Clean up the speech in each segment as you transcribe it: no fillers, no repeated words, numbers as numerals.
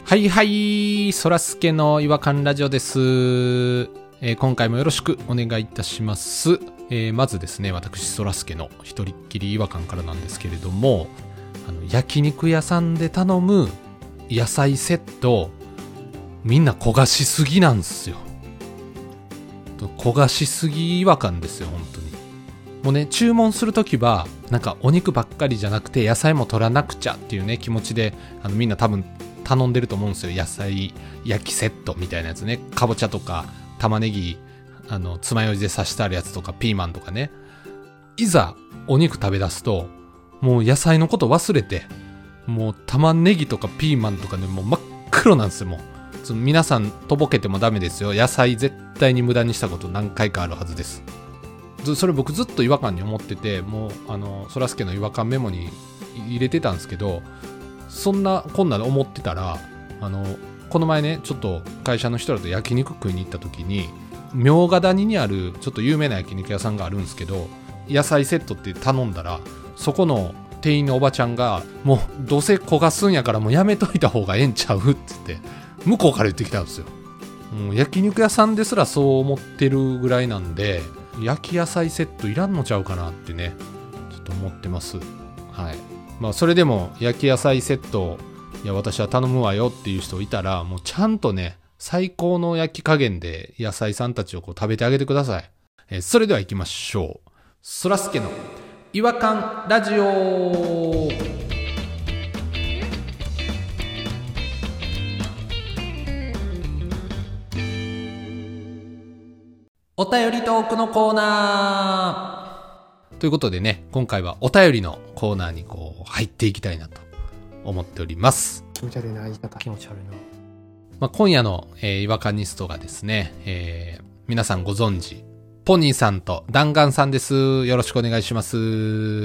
はいはい、そらすけの違和感ラジオです。今回もよろしくお願いいたします。まずですね、私そらすけの一人っきり違和感からなんですけれども、焼肉屋さんで頼む野菜セット、みんな焦がしすぎなんですよ。焦がしすぎ違和感ですよ、本当に。もうね、注文するときはなんかお肉ばっかりじゃなくて野菜も取らなくちゃっていうね気持ちでみんな多分頼んでると思うんですよ。野菜焼きセットみたいなやつね。かぼちゃとか玉ねぎ爪楊枝で刺してあるやつとかピーマンとかね。いざお肉食べ出すともう野菜のこと忘れて、もう玉ねぎとかピーマンとかね、もう真っ黒なんですよ。もう皆さんとぼけてもダメですよ。野菜絶対に無駄にしたこと何回かあるはずです。それ僕ずっと違和感に思ってて、もうそらすけの違和感メモに入れてたんですけど、そんなこんなで思ってたらこの前ね、ちょっと会社の人らと焼肉食いに行った時に、茗荷谷にあるちょっと有名な焼肉屋さんがあるんですけど、野菜セットって頼んだら、そこの店員のおばちゃんが、もうどうせ焦がすんやからもうやめといた方がええんちゃうって言って向こうから言ってきたんですよ。もう焼肉屋さんですらそう思ってるぐらいなんで、焼き野菜セットいらんのちゃうかなってね、ちょっと思ってます。はい。まあそれでも焼き野菜セット、いや私は頼むわよっていう人いたら、もうちゃんとね、最高の焼き加減で野菜さんたちをこう食べてあげてください。それでは行きましょう。そらすけの違和感ラジオ。お便りトークのコーナーということでね、今回はお便りのコーナーにこう入っていきたいなと思っております。 気持ち悪いな、言い方。 気持ち悪いな。 今夜の、違和感ニストがですね、皆さんご存知ポニーさんと弾丸さんです。よろしくお願いします。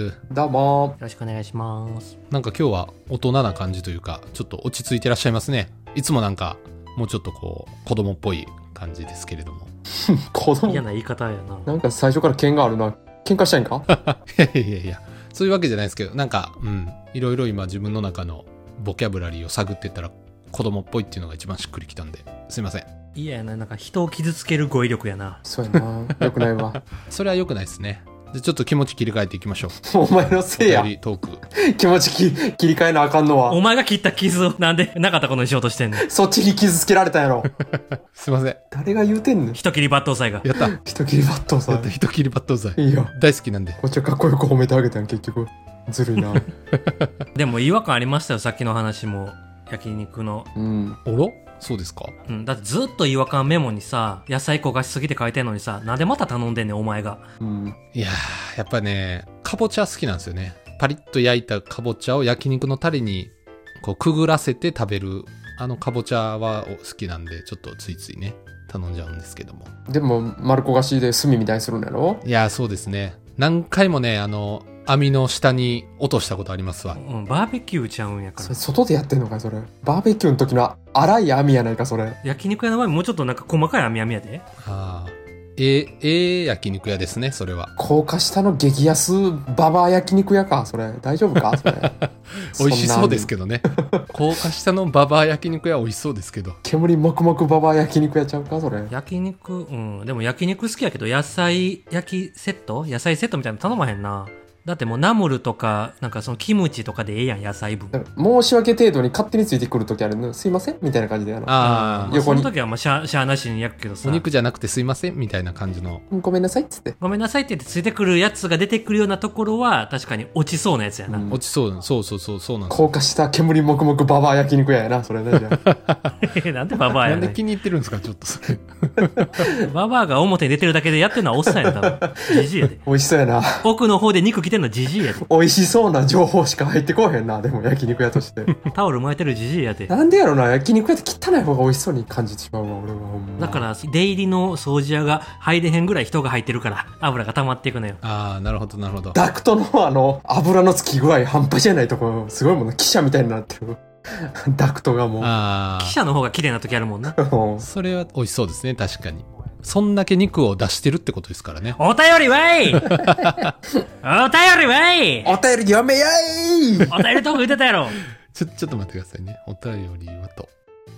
どうも。 よろしくお願いします。 なんか今日は大人な感じというか、ちょっと落ち着いてらっしゃいますね。いつもなんかもうちょっとこう子供っぽい感じですけれども。 子供嫌な言い方やな。 なんか最初から剣があるな。喧嘩したいんかいやそういうわけじゃないですけど、なんかいろいろ今自分の中のボキャブラリーを探ってったら子供っぽいっていうのが一番しっくりきたんで、すいません。 嫌やな、なんか人を傷つける語彙力やな。 そうやな。よくないわ。 それは良くないですね。でちょっと気持ち切り替えていきましょう。 お前のせいや。 お便りトーク。 気持ち切り替えなあかんのは。 お前が切った傷をなんでなかったことにしようとしてんの。 そっちに傷つけられたやろ。 すいません。 誰が言うてんの。 人切り抜刀斎が。 やった。 人切りバットさやった。人切り抜刀斎。 いいよ。 大好きなんで。 こっちはかっこよく褒めてあげたん結局。ずるいな。 でも違和感ありましたよ、さっきの話も。焼肉の。 おろそうですか。 だってずっと違和感メモにさ、野菜焦がしすぎて書いてんのにさ、なんでまた頼んでんねんお前が。 いやー、やっぱね、かぼちゃ好きなんですよね。パリッと焼いたかぼちゃを焼肉のタレにこうくぐらせて食べるかぼちゃは好きなんで、ちょっとついついね頼んじゃうんですけども。 でも丸焦がしで炭みたいにするんやろ。 いやー、そうですね。何回もね、網の下に落としたことありますわ。 バーベキューちゃうんやから。 それ外でやってんのかそれ。バーベキューの時の粗い網やないかそれ。 焼肉屋の場合もうちょっとなんか細かい網やで。 ああ、焼肉屋ですね、それは。 高架下の激安ババア焼肉屋かそれ。大丈夫かそれ。 美味しそうですけどね。高架下のババア焼肉屋美味しそうですけど。 煙もくもくババア焼肉屋ちゃうかそれ。 焼肉、でも焼肉好きやけど、野菜焼きセットみたいなの頼まへんな。だってもうナムルとか、なんかそのキムチとかでええやん、野菜分。 申し訳程度に勝手についてくるときあるの。すいませんみたいな感じでああ、 横に。 その時はまあしゃあなしに焼くけどさ。 お肉じゃなくてすいませんみたいな感じの。 ごめんなさいっつって。 ごめんなさいって言ってついてくるやつが出てくるようなところは、確かに落ちそうなやつやな。 落ちそう、そうなんです。 高架下煙もくもくババア焼肉屋やな、それね、じゃあ。 なんでババアやねん。 なんで気に入ってるんですか、ちょっとそれ。 ババアが表に出てるだけでやってるのはおっさんや多分。ジジイやで。 美味しそうやな。 奥の方で肉着てんのジジイやで。 美味しそうな情報しか入ってこうへんな、でも焼肉屋として。 タオル巻いてるジジイやで。 なんでやろな、焼肉屋って汚い方が美味しそうに感じてしまうわ、俺はほんま。 だから、出入りの掃除屋が入れへんぐらい人が入ってるから、油が溜まっていくのよ。 ああ、なるほど、なるほど。 ダクトの油のつき具合半端じゃないとこ、すごいもんな、汽車みたいになってる。ダクトがもう。 ああ。 汽車の方が綺麗な時あるもんな。 それは美味しそうですね、確かに。そんだけ肉を出してるってことですからね。 お便りわいお便りわいお便り読めやいお便りトーク言ってたやろちょっと待ってくださいね。お便りはと。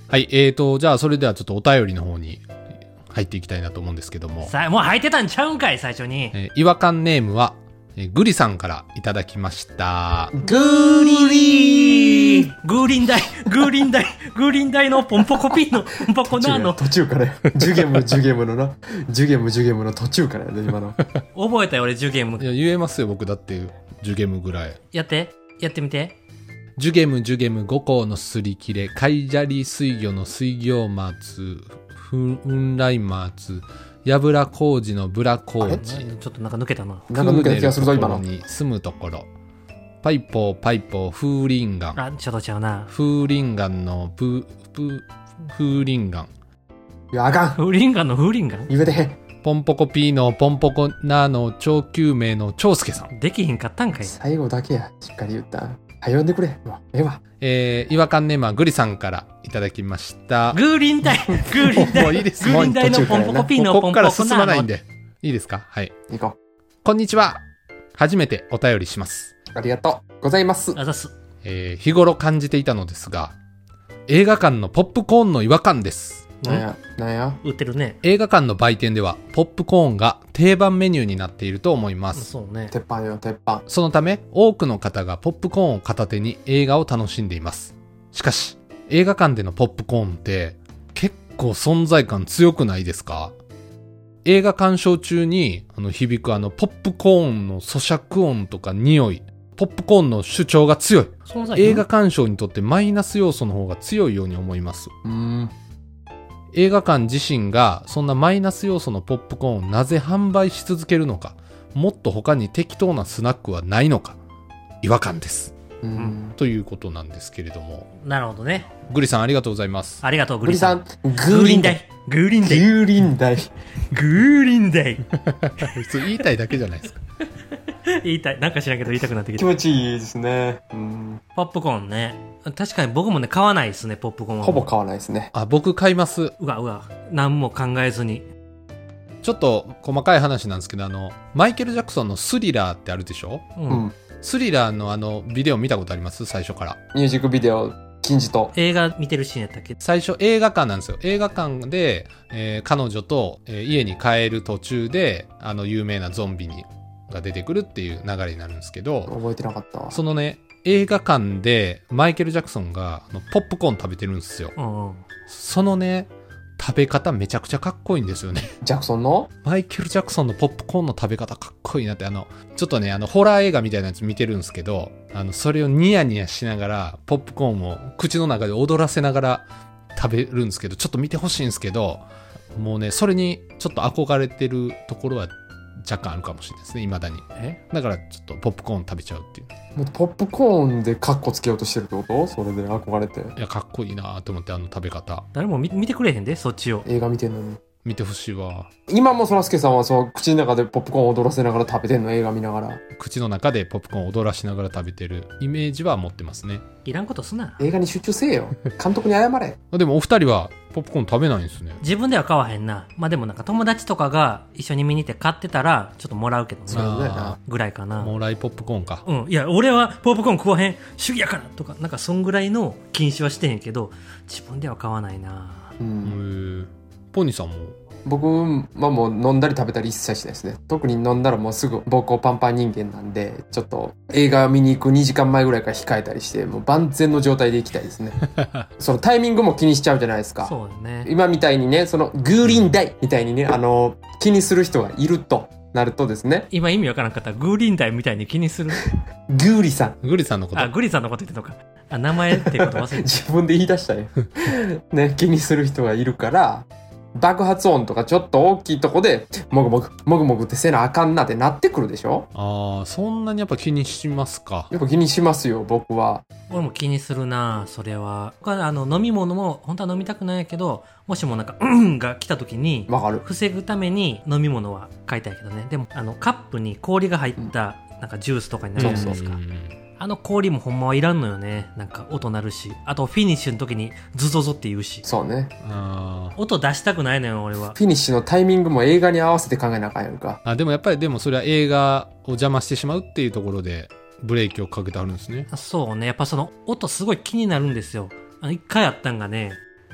はい、じゃあそれではちょっとお便りの方に入っていきたいなと思うんですけども。 もう入ってたんちゃうんかい、最初に。 違和感ネームは、グリさんからいただきました。 グーリーグーリンダイグーリンダイグーリンダイのポンポコピーのポンポコナーの途中からジュゲムジュゲムのなジュゲムジュゲムの途中からやで今の覚えたよ俺ジュゲム。 いや言えますよ僕だってジュゲムぐらい。 やってみて。 ジュゲムジュゲム五行のすり切れ海砂利水魚の水魚松雲来松やぶら工事のブラ工事。 ちょっとなんか抜けたな。 なんか抜けた気がするぞ今の。 に住むところパイポーパイポー風林岩。 あ、ちょっとちゃうな。 風林岩の風林岩。 いやあかん。 風林岩の風林岩。 言えてへん。 ポンポコピーのポンポコナーの超救命の長介さん。 できひんかったんかい。 最後だけやしっかり言った。読んでくれ。ええわ。 違和感ネームはグリさんからいただきました。 グーリンダイグーリンダイもういいです。 グーリンダイのポンポコピーのポンポコナーの。 ここから進まないんで。いいですか？はい。 行こう。 こんにちは。初めてお便りします。 ありがとうございます。 あざす。 日頃感じていたのですが、映画館のポップコーンの違和感です。 なんや売ってるね。 映画館の売店ではポップコーンが定番メニューになっていると思います。 そうね。 鉄板よ鉄板。 そのため多くの方がポップコーンを片手に映画を楽しんでいます。しかし映画館でのポップコーンって結構存在感強くないですか？映画鑑賞中に響くポップコーンの咀嚼音とか匂い、ポップコーンの主張が強い。映画鑑賞にとってマイナス要素の方が強いように思います。映画館自身がそんなマイナス要素のポップコーンをなぜ販売し続けるのか、もっと他に適当なスナックはないのか、違和感です。ということなんですけれども。 なるほどね。 グリさんありがとうございます。 ありがとうグリさん。 グーリンダイグーリンダイグーリンダイグーリンダイ普通言いたいだけじゃないですか。 言いたい。なんか知らんけど言いたくなってきた。 気持ちいいですね。 ポップコーンね。確かに僕もね買わないですね、ポップコーンは。 ほぼ買わないですね。 あ、僕買います。 うわ何も考えずに。 ちょっと細かい話なんですけど、マイケル・ジャクソンのスリラーってあるでしょ？スリラーのビデオ見たことあります？最初から。 ミュージックビデオ金字と映画見てるシーンやったっけ？ 最初映画館なんですよ。映画館で、彼女と、家に帰る途中で有名なゾンビが出てくるっていう流れになるんですけど、 覚えてなかったわ。 そのね映画館でマイケル・ジャクソンがポップコーン食べてるんですよ。そのね食べ方めちゃくちゃかっこいいんですよね。 ジャクソンのマイケル・ジャクソンのポップコーンの食べ方かっこいいなって、ちょっとねホラー映画みたいなやつ見てるんですけど、それをニヤニヤしながらポップコーンを口の中で踊らせながら食べるんですけど、ちょっと見てほしいんですけど、もうねそれにちょっと憧れてるところは若干あるかもしれないですね、未だに。だからちょっとポップコーン食べちゃうっていう。 もうポップコーンでカッコつけようとしてるってこと？それで憧れて。 いやかっこいいなと思って、食べ方。 誰も見てくれへんで、そっちを。 映画見てんのに。 見てほしいわ。 今もそらすけさんはそう口の中でポップコーンを踊らせながら食べてんの？映画見ながら。 口の中でポップコーンを踊らしながら食べてるイメージは持ってますね。 いらんことすな。 映画に集中せえよ。監督に謝れ。 でもお二人はポップコーン食べないんですね。 自分では買わへんな。まあでもなんか友達とかが一緒に見に行って買ってたらちょっともらうけどね。ぐらいかな。 もらいポップコーンか。 いや俺はポップコーン食わへん主義やからとか、なんかそんぐらいの禁止はしてへんけど、自分では買わないな。 ポニーさんも？ 僕はもう飲んだり食べたり一切しないですね。特に飲んだらもうすぐ膀胱パンパン人間なんで、ちょっと映画見に行く2時間前ぐらいから控えたりして、もう万全の状態で行きたいですね。そのタイミングも気にしちゃうじゃないですか。 そうだね。 今みたいにね、そのグーリンダイみたいにね、気にする人がいるとなるとですね。 今意味わからんかった。グーリンダイみたいに気にする。 グーリさん。 グリさんのこと。 あ、グリさんのこと言ってんのか。あ、名前ってこと忘れて自分で言い出したよ。ね、気にする人がいるから、爆発音とかちょっと大きいとこでもぐもぐもぐもぐってせなあかんなってなってくるでしょ。 そんなにやっぱ気にしますか？ やっぱ気にしますよ、僕は。 俺も気にするな、それは。飲み物も本当は飲みたくないけど、もしもなんかが来た時に防ぐために飲み物は買いたいけどね。でもカップに氷が入ったなんかジュースとかになるじゃないですか。氷もほんまはいらんのよね。なんか音鳴るし、あとフィニッシュの時にズゾゾって言うし。 そうね。 音出したくないのよ俺は。 フィニッシュのタイミングも映画に合わせて考えなあかんやんか。 でもやっぱりでもそれは映画を邪魔してしまうっていうところでブレーキをかけてあるんですね。 そうね。やっぱその音すごい気になるんですよ。一回あったんがね、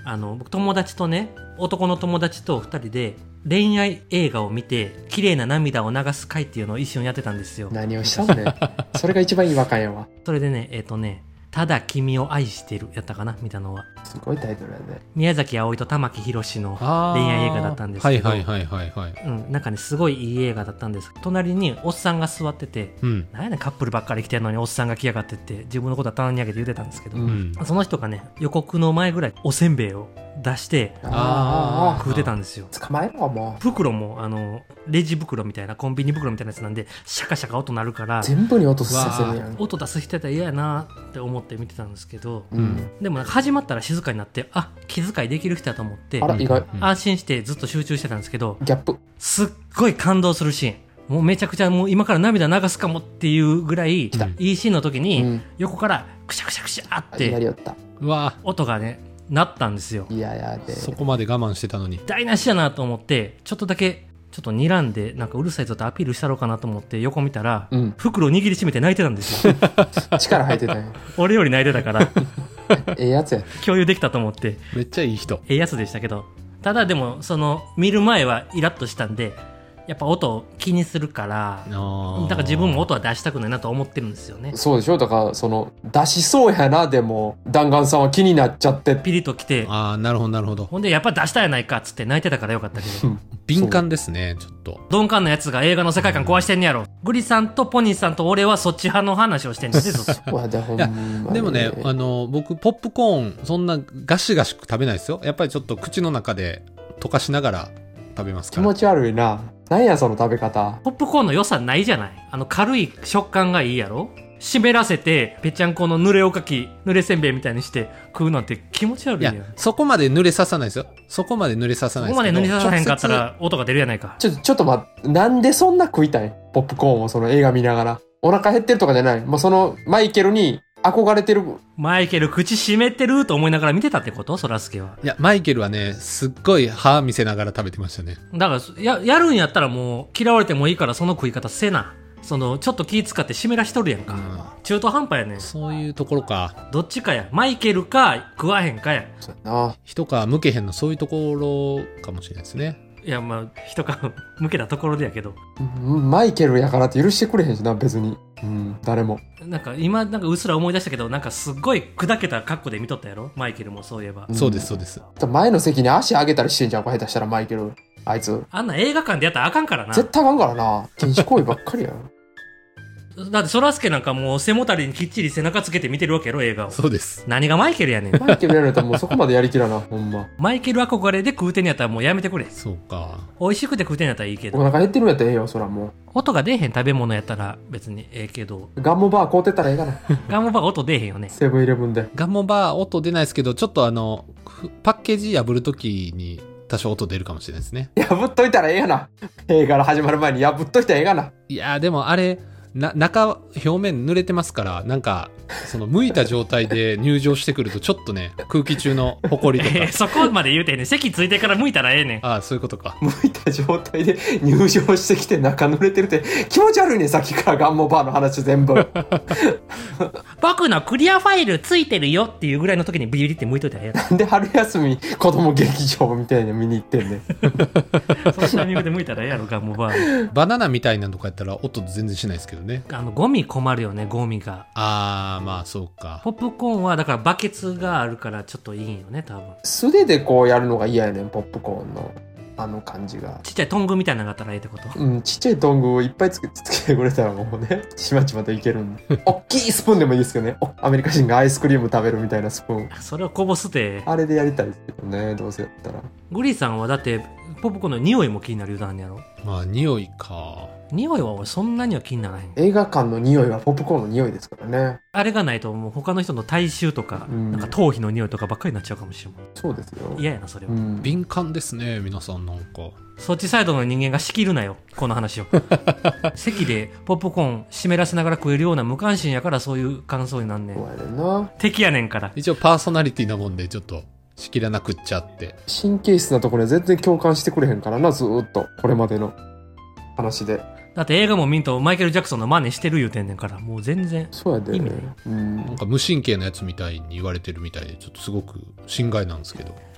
僕友達とね、男の友達と2人で恋愛映画を見て綺麗な涙を流す会っていうのを一緒にやってたんですよ。 何をしたんねん。それが一番違和感やわ。 それでね、ただ君を愛してるやったかな、見たのは。 すごいタイトルやね。 宮崎あおいと玉木宏の恋愛映画だったんですけど、 はいはいはいはいはい、 うん、なんかねすごいいい映画だったんです。隣におっさんが座ってて、なんやねんカップルばっかり来てんのにおっさんが来やがってって自分のことは棚に上げて言ってたんですけど、その人がね予告の前ぐらいおせんべいを出して食うてたんですよ。 捕まえろもう。袋もレジ袋みたいなコンビニ袋みたいなやつなんでシャカシャカ音鳴るから全部に音させるやん。 音出す人やったら嫌やなって思って見てたんですけど、でもなんか始まったら静かになって、あ、気遣いできる人やと思って、 あら意外、 安心してずっと集中してたんですけど、 ギャップすっごい感動するシーン、もうめちゃくちゃもう今から涙流すかもっていうぐらいいいシーンの時に、横からクシャクシャクシャって音がねなったんですよ。 いややで、 そこまで我慢してたのに台無しやなと思って、ちょっとだけちょっと睨んでなんかうるさいぞとアピールしたろうかなと思って横見たら、袋を握りしめて泣いてたんですよ。 力入ってたんや。 俺より泣いてたからええやつや。 共有できたと思って、 めっちゃいい人、 ええやつでしたけど、ただでもその見る前はイラッとしたんで、やっぱ音を気にするから、だから自分も音は出したくないなと思ってるんですよね。 そうでしょ。だからその出しそうやな、でも弾丸さんは気になっちゃってピリッときて、 ああなるほどなるほど。 ほんでやっぱ出したやないかっつって泣いてたからよかったけど敏感ですね。ちょっと鈍感なやつが映画の世界観壊してんねやろ。グリさんとポニーさんと俺はそっち派の話をしてんですよ。 そうやで、ほんまに。 でもね、僕ポップコーンそんなガシガシ食べないですよ。やっぱりちょっと口の中で溶かしながら食べますから。 気持ち悪いな。なんやその食べ方。 ポップコーンの良さないじゃない。軽い食感がいいやろ。湿らせてぺちゃんこの濡れおかき、濡れせんべいみたいにして食うなんて気持ち悪いやん。 いやそこまで濡れささないですよ。そこまで濡れささないですけど、 そこまで濡れささへんかったら音が出るやないか。 ちょっと待って、なんでそんな食いたいポップコーンをその映画見ながら。お腹減ってるとかじゃない。もうそのマイケルに憧れてる。 マイケル口閉めてると思いながら見てたってこと？そらすけは。 いやマイケルはねすっごい歯見せながら食べてましたね。 だからやるんやったらもう嫌われてもいいからその食い方せな。ちょっと気使って湿らしとるやんか、中途半端やねん。 そういうところか。 どっちかや。マイケルか食わへんかや。 そうやな。 人か向けへんの、そういうところかもしれないですね。 いやまあ人か向けたところでやけど、 マイケルやからって許してくれへんしな別に。誰も。 なんか今なんかうっすら思い出したけど、なんかすっごい砕けた格好で見とったやろマイケルも。そういえば、 そうですそうです。 前の席に足上げたりしてんじゃん、下手したらマイケル。あいつあんな映画館でやったらあかんからな。 絶対あかんからな。禁止行為ばっかりやん。 だってそらすけなんかもう背もたれにきっちり背中つけて見てるわけやろ映画を。 そうです。 何がマイケルやねん。 マイケルやるともうそこまでやりきらな。ほんまマイケル憧れで食うてんやったらもうやめてくれ。 そうか。 美味しくて食うてんやったらいいけど、 お腹減ってるんやったらええよ。そらもう音が出えへん食べ物やったら別にええけど、 ガンモバー買うてったらええかな。 ガンモバー音出えへんよね。 セブンイレブンでガンモバー音出ないですけど、ちょっとパッケージ破るときに多少音出るかもしれないですね。 破っといたらええやな。映画が始まる前に破っといたらええがな。 いやーでもあれ中表面濡れてますから、なんかその剥いた状態で入場してくるとちょっとね空気中のホコリとかそこまで言うてんねん。席ついてから剥いたらええねん。 ああそういうことか。 剥いた状態で入場してきて中濡れてるって気持ち悪いね。さっきからガンモバーの話全部。 僕のクリアファイルついてるよっていうぐらいの時にビリビリって剥いといたらええやん。 なんで春休み子供劇場みたいな見に行ってんねん。 そのタイミングで剥いたらええやろガンモバー。 バナナみたいなのとかやったら音全然しないですけどね。 ゴミ困るよね、ゴミが。 あーまあそうか。 ポップコーンはだからバケツがあるからちょっといいんよね多分。 素手でこうやるのが嫌やねん。ポップコーンのあの感じが。 ちっちゃいトングみたいなのがあったらええってこと。 ちっちゃいトングをいっぱいつけてくれたらもうね、ちまちまといけるんで。おっきいスプーンでもいいですけどね。アメリカ人がアイスクリーム食べるみたいなスプーン。 それをこぼすて。 あれでやりたいですけどね、どうせやったら。 グリーさんはだってポップコーンの匂いも気になるようなんやろ。 まあ匂いか。 匂いは俺そんなには気にならへん。 映画館の匂いはポップコーンの匂いですからね。 あれがないともう他の人の体臭とか、なんか頭皮の匂いとかばっかりになっちゃうかもしれない。 そうですよ。 嫌やなそれは、 敏感ですね皆さん。なんかそっちサイドの人間が仕切るなよこの話を。席でポップコーン湿らせながら食えるような無関心やからそういう感想になんねん。 そうやねんな。 敵やねんから。 一応パーソナリティなもんでちょっと仕切らなくっちゃって。 神経質なところには全然共感してくれへんからな、ずーっとこれまでの話で。 だって映画も見んとマイケル・ジャクソンの真似してる言うてんねんから、もう全然そうやで、 意味ない。 なんか無神経なやつみたいに言われてるみたいでちょっとすごく心外なんですけど。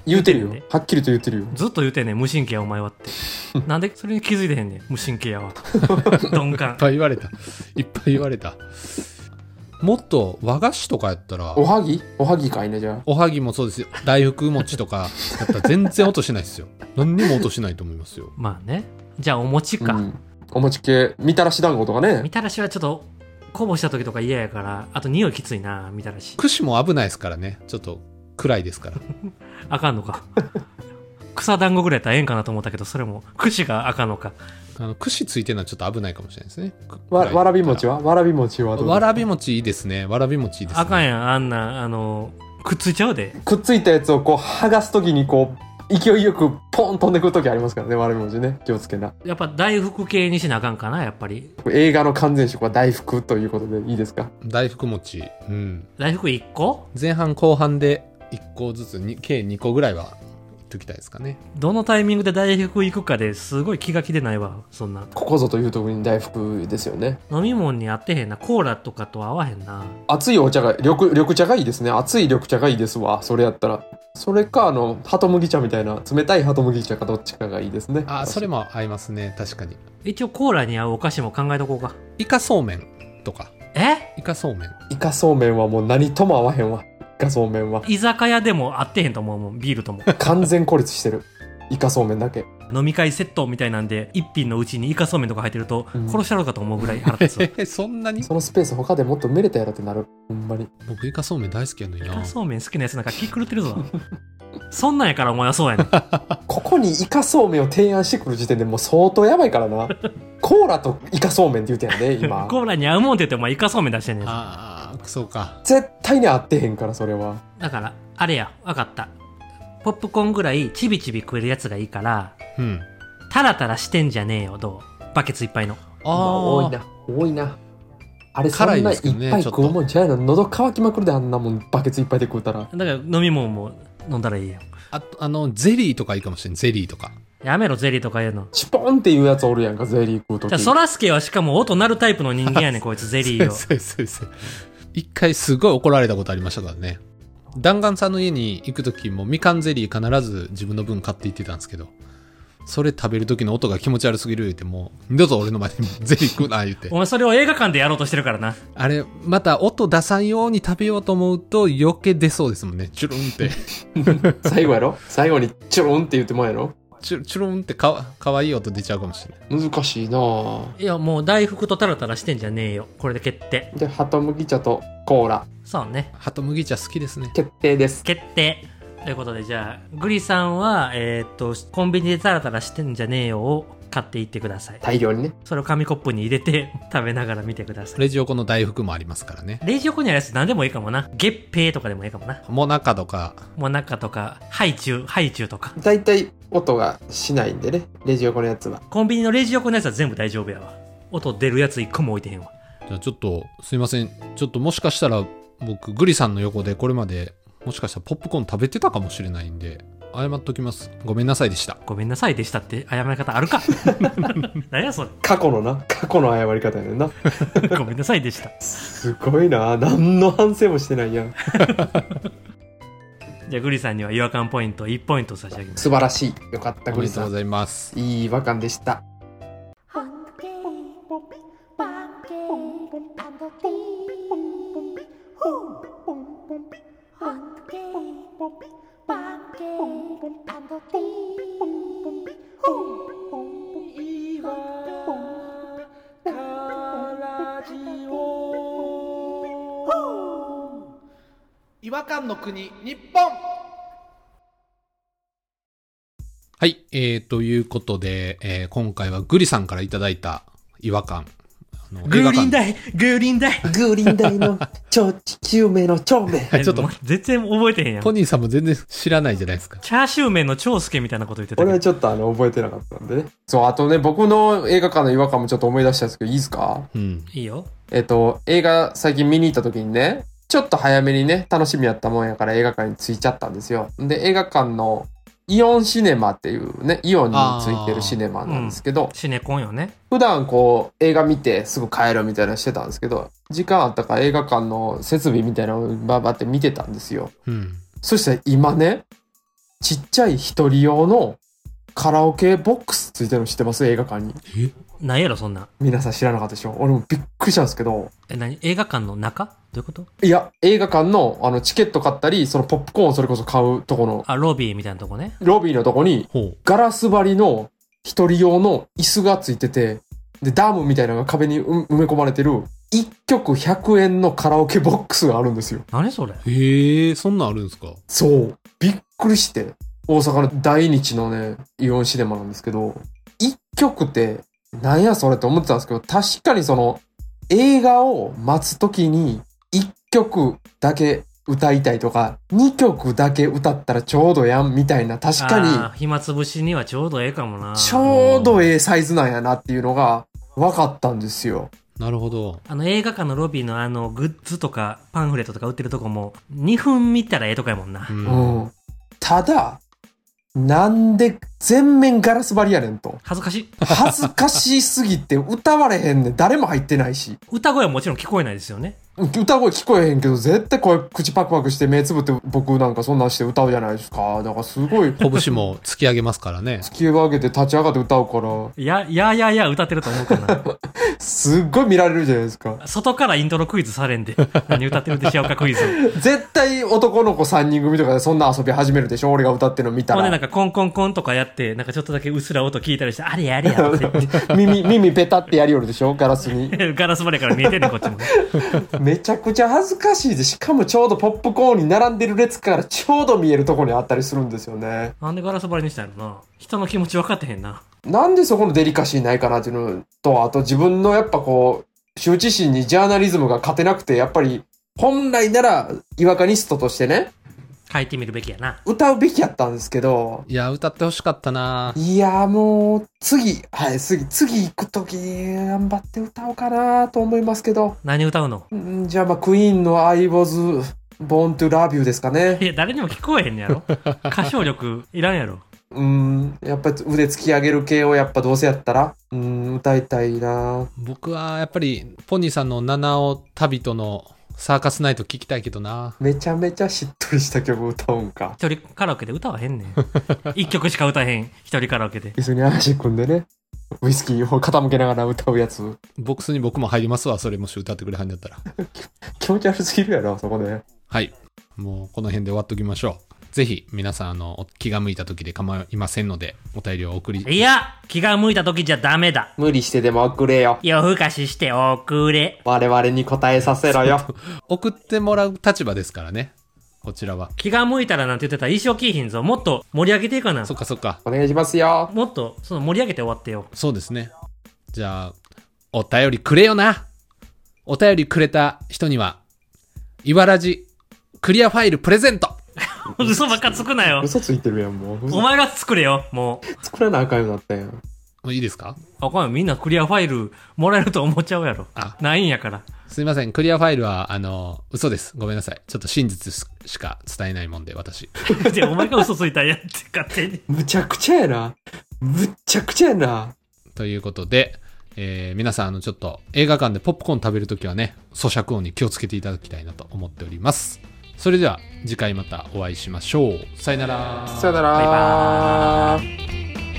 言うてるよ。はっきりと言うてるよ。 ずっと言うてんねん、無神経やお前はって。なんでそれに気づいてへんねん、無神経やわ。鈍感。 いっぱい言われた。いっぱい言われた。もっと和菓子とかやったら。 おはぎかいね、じゃあ。 おはぎもそうですよ。大福餅とかやったら全然音しないですよ。何にも音しないと思いますよ。 まあね。じゃあお餅か。 お餅系、みたらし団子とかね。 みたらしはちょっと、こぼした時とか嫌やから、あと匂いきついな、みたらし。 串も危ないですからね。ちょっと暗いですから。 あかんのか。草団子ぐらいやったらええんかなと思ったけど、それも串があかんのか。 串ついてるのはちょっと危ないかもしれないですね。 わらび餅はどうですか？ わらび餅いいですね。わらび餅いいですね。 あかんやん、あんな、くっついちゃうで。 くっついたやつをこう剥がすときにこう勢いよくポン飛んでくるときありますからね、わらび餅ね。気をつけな。 やっぱ大福系にしなあかんかな、やっぱり。 映画の完全食は大福ということでいいですか？ 大福餅。うん。 大福1個？ 前半後半で1個ずつ計2個ぐらいは言っときたいですかね。 どのタイミングで大福行くかですごい気が気でないわ、そんな。 ここぞというところに大福ですよね。 飲み物に合ってへんな。コーラとかと合わへんな。 熱いお茶が、緑茶がいいですね。熱い緑茶がいいですわ。それやったら。それか、ハト麦茶みたいな、冷たいハト麦茶かどっちかがいいですね。 それも合いますね。確かに。 一応コーラに合うお菓子も考えとこうか。 イカそうめんとか。イカそうめん。 イカそうめんはもう何とも合わへんわ。イカそうめんは。 居酒屋でも合ってへんと思うもん、ビールとも。 完全孤立してる。イカそうめんだけ。 飲み会セットみたいなんで、一品のうちにイカそうめんとか入ってると、殺しちゃうかと思うぐらい腹立つ。 そんなに？ そのスペース他でもっと埋めれたやろってなる。ほんまに。 僕イカそうめん大好きやのにな。 イカそうめん好きなやつなんか気狂ってるぞ。そんなんやからお前はそうやねん。 ここにイカそうめんを提案してくる時点でもう相当やばいからな。コーラとイカそうめんって言うてんやで、今。 コーラに合うもんって言ってお前イカそうめん出してんねん。 そうか。 絶対に合ってへんから、それは。 だから、あれや、わかった。ポップコーンぐらいちびちび食えるやつがいいから、タラタラしてんじゃねえよ、どう？バケツいっぱいの。 多いな。あれそんないっぱい食うもんちゃうの。喉乾きまくるで、あんなもんバケツいっぱいで食うたら。 だから飲み物も飲んだらいいやん。 ゼリーとかいいかもしれん。ゼリーとか。 やめろ、ゼリーとか言うの。 チポンっていうやつおるやんか、ゼリー食うとき。 じゃあ、ソラスケはしかも音鳴るタイプの人間やねん、こいつ、ゼリーを。 そう。一回すごい怒られたことありましたからね。弾丸さんの家に行くときもみかんゼリー必ず自分の分買って行ってたんですけど、それ食べるときの音が気持ち悪すぎる言ってもう二度と俺の前でゼリー食うな言って。 お前それを映画館でやろうとしてるからな。 あれまた音出さんように食べようと思うと余計出そうですもんね。チュルンって最後やろ。最後にチュルンって言ってもんやろ。 チュルンってかわいい音出ちゃうかもしれない。 難しいなぁ。 いやもう大福とタラタラしてんじゃねえよ。これで決定で、ハト麦茶とコーラ。 そうね。 ハト麦茶好きですね。 決定です。 決定ということで、じゃあグリさんはコンビニでタラタラしてんじゃねえよを買っていってください。 大量にね。 それを紙コップに入れて食べながら見てください。 レジ横の大福もありますからね。 レジ横にあるやつ何でもいいかもな。月餅とかでもいいかもな。 モナカとかハイチュウとか。 だいたい音がしないんでね、レジ横のやつは。 コンビニのレジ横のやつは全部大丈夫やわ。音出るやつ一個も置いてへんわ。 じゃあちょっとすいません。ちょっともしかしたら僕グリさんの横でこれまでもしかしたらポップコーン食べてたかもしれないんで謝っときます。ごめんなさいでした。 ごめんなさいでしたって謝り方あるか。何やそれ。 過去の謝り方やねんな。 ごめんなさいでした。 すごいな。何の反省もしてないやん。 じゃあグリさんには違和感ポイント1ポイント差し上げます。 素晴らしい。よかったグリさん。 ありがとうございます。 いい違和感でした。 違和感の国日本。はい、ということで、今回はグリさんからいただいた違和感。 グーリンダイの超地球名の超名。 ちょっと全然覚えてへんやん。 ポニーさんも全然知らないじゃないですか。 チャーシュー麺の超助みたいなこと言ってたけど。 俺はちょっと覚えてなかったんでね。そう、あとね、僕の映画館の違和感もちょっと思い出したんですけど、いいですか？ いいよ。 映画最近見に行った時にね、ちょっと早めにね、楽しみやったもんやから映画館に着いちゃったんですよ。で、映画館のイオンシネマっていうね、イオンについてるシネマなんですけど、 シネコンよね。 普段こう映画見てすぐ帰るみたいなのしてたんですけど、時間あったから映画館の設備みたいなのをバーって見てたんですよ。そしたら今ね、 ちっちゃい一人用のカラオケボックスついてるの知ってます？映画館に。 何やろそんな。 皆さん知らなかったでしょ？俺もびっくりしたんですけど。 何？映画館の中？どういうこと？ いや、映画館のチケット買ったり、そのポップコーンそれこそ買うとこの。 ロビーみたいなとこね。 ロビーのとこに、ガラス張りの一人用の椅子がついてて、で、ダムみたいなのが壁に埋め込まれてる、1曲100円のカラオケボックスがあるんですよ。 何それ？ へえ、そんなんあるんですか？ そう。びっくりして。大阪の大日のね、イオンシネマなんですけど、1曲って、なんやそれって思ってたんですけど、確かにその、映画を待つときに、1曲だけ歌いたいとか、2曲だけ歌ったらちょうどやん、みたいな、確かに。 暇つぶしにはちょうどええかもな。 ちょうどええサイズなんやなっていうのが、分かったんですよ。 なるほど。 映画館のロビーのグッズとかパンフレットとか売ってるとこも2分見たらええとこやもんな。 うん。ただ、なんで全面ガラス張りやねんと。 恥ずかしい。 恥ずかしすぎて歌われへんねん。誰も入ってないし。 歌声はもちろん聞こえないですよね。 歌声聞こえへんけど、絶対声口パクパクして目つぶって僕なんかそんなんして歌うじゃないですか。だからすごい。 拳も突き上げますからね。 突き上げて立ち上がって歌うから。 いや歌ってると思うかな。 すっごい見られるじゃないですか。 外からイントロクイズされんで。何歌ってるでしょうかクイズ。 絶対男の子3人組とかでそんな遊び始めるでしょ？俺が歌ってるの見たら。 ほんでなんかコンコンコンとかやって、なんかちょっとだけうっすら音聞いたりして、あれやって耳ペタってやりよるでしょ？ガラスに。 ガラス張りから見えてんねん、こっちも。 めちゃくちゃ恥ずかしいで、しかもちょうどポップコーンに並んでる列からちょうど見えるところにあったりするんですよね。 なんでガラス張りにしたんやろな。人の気持ち分かってへんな。 なんでそこのデリカシーないかなっていうのと、あと自分のやっぱこう、羞恥心にジャーナリズムが勝てなくて、やっぱり本来なら違和感ニストとしてね、 書いてみるべきやな。 歌うべきやったんですけど。 いや、歌ってほしかったな。 いや、もう、次行くとき、頑張って歌おうかなと思いますけど。 何歌うの？ じゃあクイーンの I was born to love you ですかね。 いや、誰にも聞こえへんねやろ。歌唱力いらんやろ。 やっぱり腕突き上げる系をやっぱどうせやったら、歌いたいな。 僕はやっぱり、ポニーさんの七尾旅人のサーカスナイト聞きたいけどな。 めちゃめちゃしっとりした曲歌うんか。 一人カラオケで歌わへんねん。一曲しか歌えへん。一人カラオケで。 椅子に足組んでね。ウイスキーを傾けながら歌うやつ。 ボックスに僕も入りますわ、それもし歌ってくれはんだったら。 気持ち悪すぎるやろ、そこで。 はい。もうこの辺で終わっときましょう。ぜひ皆さん気が向いた時で構いませんのでお便りをお送り。 いや、気が向いた時じゃダメだ。 無理してでも送れよ。 夜更かしして送れ。 我々に答えさせろよ。 送ってもらう立場ですからね。こちらは。 気が向いたらなんて言ってたら一生きいひんぞ。もっと盛り上げていかな。 そっかそっか。 お願いしますよ。 もっと盛り上げて終わってよ。 そうですね。じゃあお便りくれよな。お便りくれた人にはいわらじクリアファイルプレゼント。 嘘ばっかつくなよ。 嘘ついてるやん、もう。 お前が作れよ、もう。 作らなあかんようになったやん。もういいですか？ あかんよ、みんなクリアファイルもらえると思っちゃうやろ。ないんやから。 すいません、クリアファイルは、嘘です。ごめんなさい。ちょっと真実しか伝えないもんで、私。 じゃあ、お前が嘘ついたんやって、勝手に。 むちゃくちゃやな。むっちゃくちゃやな。 ということで、皆さん、ちょっと映画館でポップコーン食べるときはね、咀嚼音に気をつけていただきたいなと思っております。それでは次回またお会いしましょう。さよなら。 さよなら。 バイバーイ。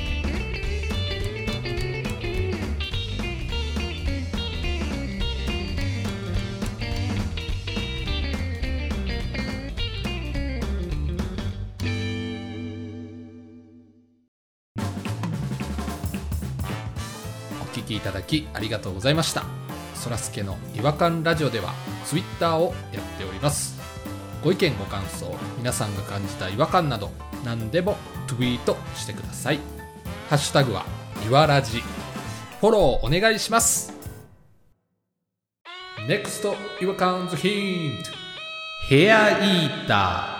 お聞きいただきありがとうございました。そらすけの違和感ラジオではツイッターをやっております。ご意見ご感想、皆さんが感じた違和感など何でもツイートしてください。ハッシュタグはいわらじ。フォローお願いします。 NEXT 違和感ズヒント、ヘアイーター。